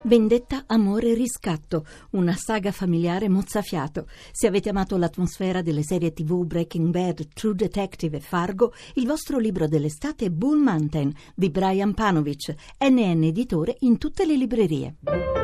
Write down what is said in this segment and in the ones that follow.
Vendetta, amore e riscatto, una saga familiare mozzafiato. Se avete amato l'atmosfera delle serie TV Breaking Bad, True Detective e Fargo, il vostro libro dell'estate è Bull Mountain di Brian Panovic, NN editore in tutte le librerie.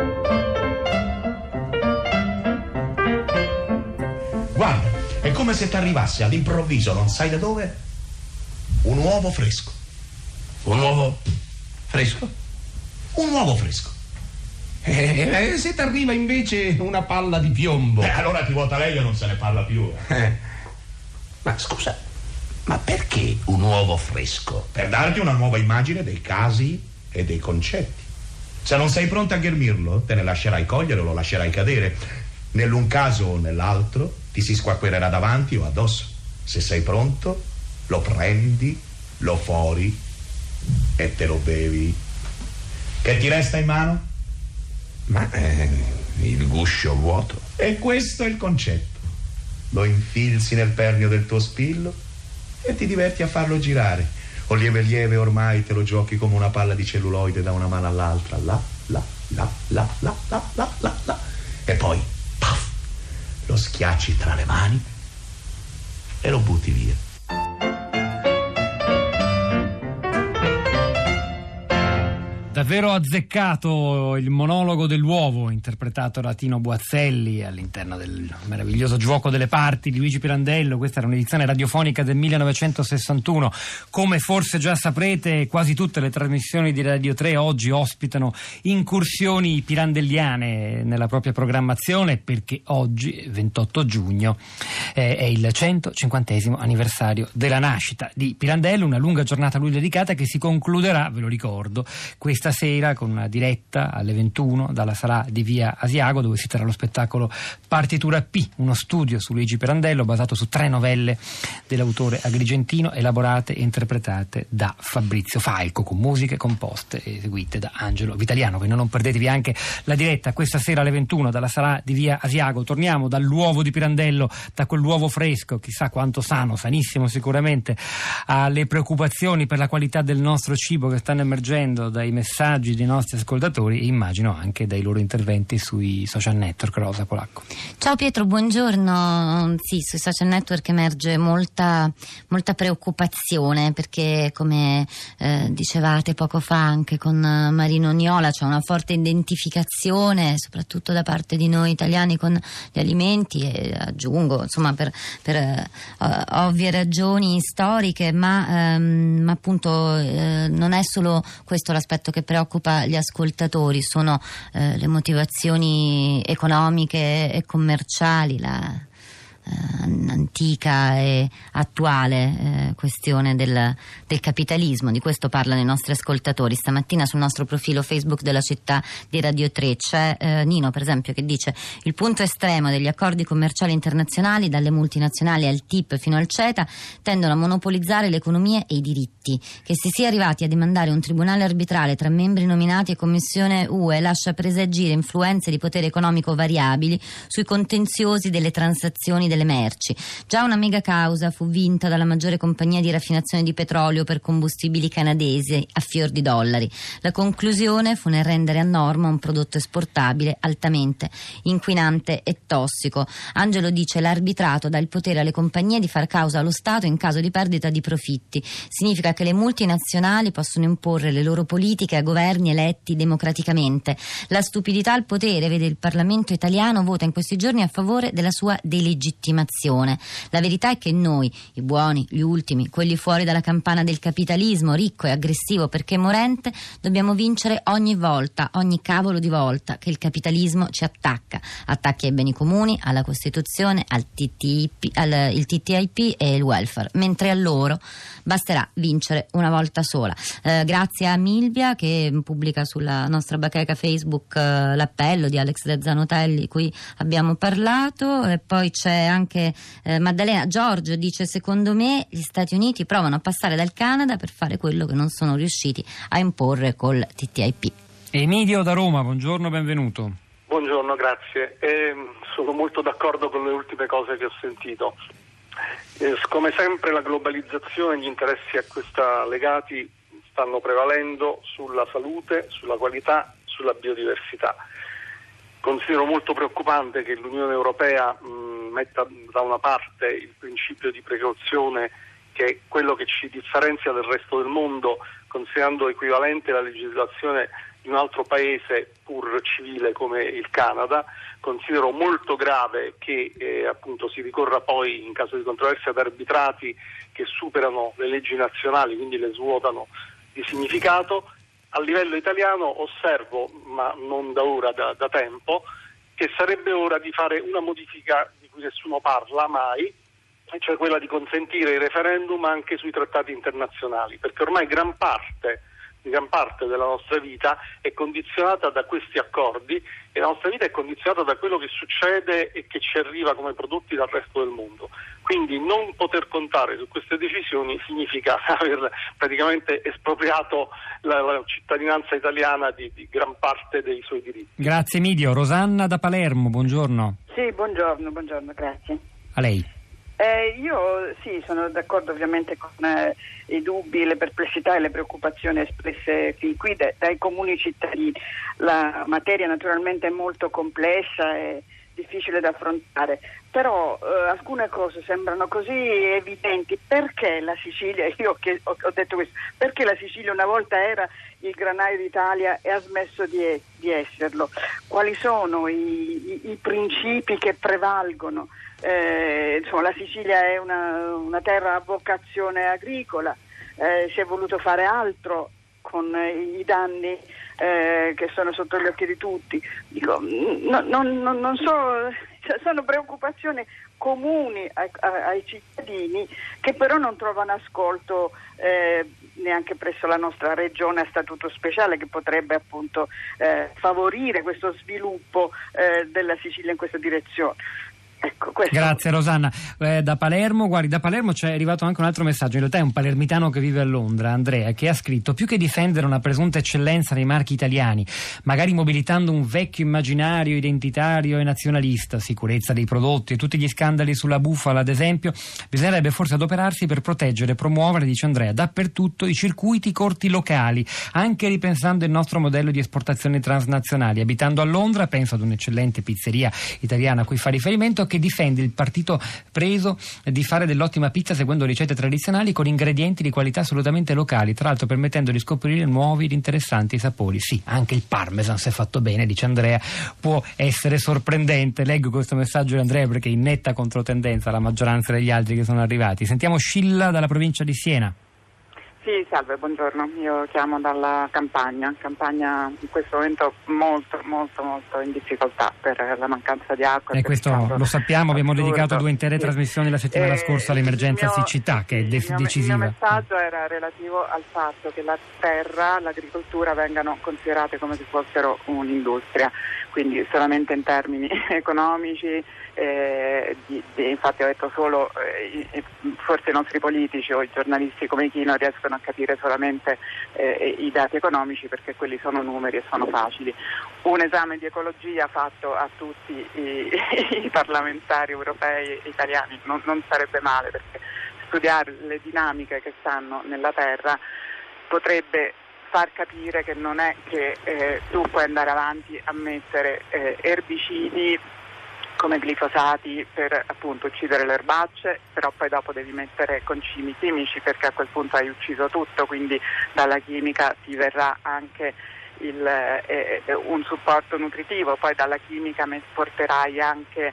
Guarda, è come se ti arrivasse all'improvviso, non sai da dove, un uovo fresco. Un uovo fresco? Un uovo fresco. Se ti arriva invece una palla di piombo. Allora ti vota lei e non se ne parla più. Ma scusa, ma perché un uovo fresco? Per darti una nuova immagine dei casi e dei concetti. Se non sei pronta a ghermirlo, te ne lascerai cogliere o lo lascerai cadere. Nell'un caso o nell'altro ti si squacquererà davanti o addosso. Se sei pronto, lo prendi, lo fori e te lo bevi. Che ti resta in mano? Ma il guscio vuoto. E questo è il concetto. Lo infilzi nel pernio del tuo spillo e ti diverti a farlo girare. O lieve lieve ormai te lo giochi come una palla di celluloide da una mano all'altra. Là. E poi, puff, lo schiacci tra le mani e lo butti via. Davvero azzeccato il monologo dell'uovo interpretato da Tino Boazzelli all'interno del meraviglioso Gioco delle parti di Luigi Pirandello. Questa era un'edizione radiofonica del 1961. Come forse già saprete, quasi tutte le trasmissioni di Radio 3 oggi ospitano incursioni pirandelliane nella propria programmazione, perché oggi, 28 giugno, è il 150° anniversario della nascita di Pirandello, una lunga giornata a lui dedicata che si concluderà, ve lo ricordo, questa sera con una diretta alle 21 dalla Sala di Via Asiago, dove si terrà lo spettacolo Partitura P, uno studio su Luigi Pirandello basato su 3 novelle dell'autore agrigentino elaborate e interpretate da Fabrizio Falco, con musiche composte e eseguite da Angelo Vitaliano. Quindi non perdetevi anche la diretta questa sera alle 21 dalla Sala di Via Asiago. Torniamo dall'uovo di Pirandello, da quell'uovo fresco, chissà quanto sano, sanissimo sicuramente, alle preoccupazioni per la qualità del nostro cibo che stanno emergendo dai messaggi dei nostri ascoltatori e immagino anche dai loro interventi sui social network. Rosa Polacco. Ciao Pietro, buongiorno. Sì, sui social network emerge molta preoccupazione, perché come dicevate poco fa anche con Marino Niola, c'è una forte identificazione soprattutto da parte di noi italiani con gli alimenti, e aggiungo insomma per ovvie ragioni storiche, ma appunto non è solo questo l'aspetto che preoccupa gli ascoltatori, sono le motivazioni economiche e commerciali, la antica e attuale questione del capitalismo. Di questo parlano i nostri ascoltatori. Stamattina sul nostro profilo Facebook della città di Radio 3 c'è Nino, per esempio, che dice: il punto estremo degli accordi commerciali internazionali, dalle multinazionali al TIP fino al CETA, tendono a monopolizzare le economie e i diritti. Che si sia arrivati a demandare un tribunale arbitrale tra membri nominati e Commissione UE lascia presagire influenze di potere economico variabili sui contenziosi delle transazioni delle merci. Già una mega causa fu vinta dalla maggiore compagnia di raffinazione di petrolio per combustibili canadesi a fior di dollari. La conclusione fu nel rendere a norma un prodotto esportabile altamente inquinante e tossico. Angelo dice: l'arbitrato dà il potere alle compagnie di far causa allo Stato in caso di perdita di profitti. Significa che le multinazionali possono imporre le loro politiche a governi eletti democraticamente. La stupidità al potere vede il Parlamento italiano vota in questi giorni a favore della sua delegittimazione. La verità è che noi, i buoni, gli ultimi, quelli fuori dalla campana del capitalismo ricco e aggressivo perché morente, dobbiamo vincere ogni volta, ogni cavolo di volta che il capitalismo ci attacca ai beni comuni, alla Costituzione, al TTIP e il welfare, mentre a loro basterà vincere una volta sola. Grazie a Milvia che pubblica sulla nostra bacheca Facebook l'appello di Alex De Zanotelli di cui abbiamo parlato, e poi c'è anche Maddalena Giorgio dice: secondo me gli Stati Uniti provano a passare dal Canada per fare quello che non sono riusciti a imporre col TTIP. Emilio da Roma, buongiorno, benvenuto. Buongiorno, grazie. Sono molto d'accordo con le ultime cose che ho sentito. Come sempre la globalizzazione e gli interessi a questa legati stanno prevalendo sulla salute, sulla qualità, sulla biodiversità. Considero molto preoccupante che l'Unione Europea metta da una parte il principio di precauzione, che è quello che ci differenzia dal resto del mondo, considerando equivalente la legislazione di un altro paese pur civile come il Canada. Considero molto grave che appunto si ricorra poi in caso di controversia ad arbitrati che superano le leggi nazionali, quindi le svuotano di significato. A livello italiano osservo, ma non da ora, da tempo, che sarebbe ora di fare una modifica di cui nessuno parla mai, cioè quella di consentire i referendum anche sui trattati internazionali, perché ormai gran parte della nostra vita è condizionata da questi accordi, e la nostra vita è condizionata da quello che succede e che ci arriva come prodotti dal resto del mondo. Quindi non poter contare su queste decisioni significa aver praticamente espropriato la cittadinanza italiana di gran parte dei suoi diritti. Grazie Midio. Rosanna da Palermo, buongiorno. Sì, buongiorno, grazie. A lei. Io sì, sono d'accordo ovviamente con i dubbi, le perplessità e le preoccupazioni espresse fin qui dai comuni cittadini. La materia naturalmente è molto complessa e difficile da affrontare, però alcune cose sembrano così evidenti. Perché la Sicilia, io ho detto questo, perché la Sicilia una volta era il granaio d'Italia e ha smesso di esserlo? Quali sono i principi che prevalgono? Insomma, la Sicilia è una terra a vocazione agricola, si è voluto fare altro con i danni che sono sotto gli occhi di tutti. Dico, non so, sono preoccupazioni comuni ai cittadini, che però non trovano ascolto neanche presso la nostra regione a statuto speciale, che potrebbe appunto favorire questo sviluppo della Sicilia in questa direzione. Ecco, grazie Rosanna. Da Palermo, guardi, da Palermo ci è arrivato anche un altro messaggio. In realtà è un palermitano che vive a Londra, Andrea, che ha scritto: più che difendere una presunta eccellenza nei marchi italiani, magari mobilitando un vecchio immaginario identitario e nazionalista, sicurezza dei prodotti e tutti gli scandali sulla bufala ad esempio, bisognerebbe forse adoperarsi per proteggere e promuovere, dice Andrea, dappertutto i circuiti corti locali, anche ripensando il nostro modello di esportazioni transnazionali. Abitando a Londra penso ad un'eccellente pizzeria italiana a cui fa riferimento, che difende il partito preso di fare dell'ottima pizza seguendo ricette tradizionali con ingredienti di qualità assolutamente locali, tra l'altro permettendo di scoprire nuovi ed interessanti sapori. Sì, anche il parmesan, se fatto bene, dice Andrea, può essere sorprendente. Leggo questo messaggio di Andrea perché è in netta controtendenza alla maggioranza degli altri che sono arrivati. Sentiamo Scilla dalla provincia di Siena. Sì, salve, buongiorno. Io chiamo dalla Campania in questo momento molto in difficoltà per la mancanza di acqua. E questo lo sappiamo, abbiamo dedicato 2 intere trasmissioni la settimana scorsa all'emergenza siccità, che è decisiva. Il mio messaggio era relativo al fatto che la terra, l'agricoltura vengano considerate come se fossero un'industria, quindi solamente in termini economici. Infatti ho detto solo forse i nostri politici o i giornalisti come chi non riescono a capire solamente i dati economici, perché quelli sono numeri e sono facili. Un esame di ecologia fatto a tutti i parlamentari europei e italiani non sarebbe male, perché studiare le dinamiche che stanno nella terra potrebbe far capire che non è che tu puoi andare avanti a mettere erbicidi come glifosati per appunto uccidere le erbacce, però poi dopo devi mettere concimi chimici, perché a quel punto hai ucciso tutto, quindi dalla chimica ti verrà anche un supporto nutritivo, poi dalla chimica porterai anche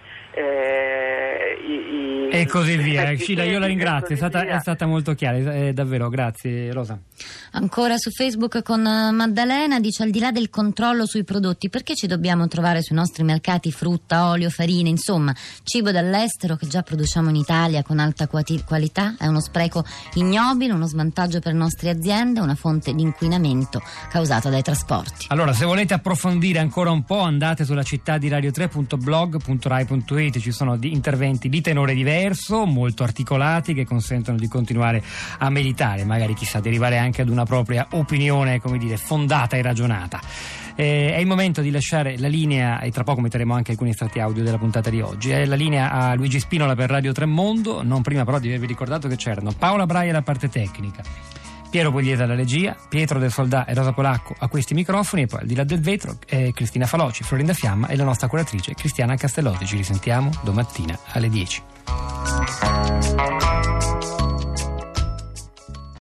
e così via. Scilla, io la ringrazio, è stata molto chiara, davvero, grazie Rosa. Ancora su Facebook con Maddalena, dice: al di là del controllo sui prodotti, perché ci dobbiamo trovare sui nostri mercati frutta, olio, farine, insomma cibo dall'estero che già produciamo in Italia con alta qualità? È uno spreco ignobile, uno svantaggio per le nostre aziende, una fonte di inquinamento causata dai trasporti. Allora, se volete approfondire ancora un po', andate sulla città di radio3.blog.rai.it, ci sono interventi di tenore diverso, molto articolati, che consentono di continuare a meditare, magari chissà di arrivare anche ad una propria opinione, come dire, fondata e ragionata. È il momento di lasciare la linea, e tra poco metteremo anche alcuni estratti audio della puntata di oggi, la linea a Luigi Spinola per Radio Tremondo, non prima però di avervi ricordato che c'erano Paola Braia alla parte tecnica, Piero Pugliese alla regia, Pietro del Soldà e Rosa Polacco a questi microfoni, e poi al di là del vetro Cristina Faloci, Florinda Fiamma e la nostra curatrice Cristiana Castellotti. Ci risentiamo domattina alle 10.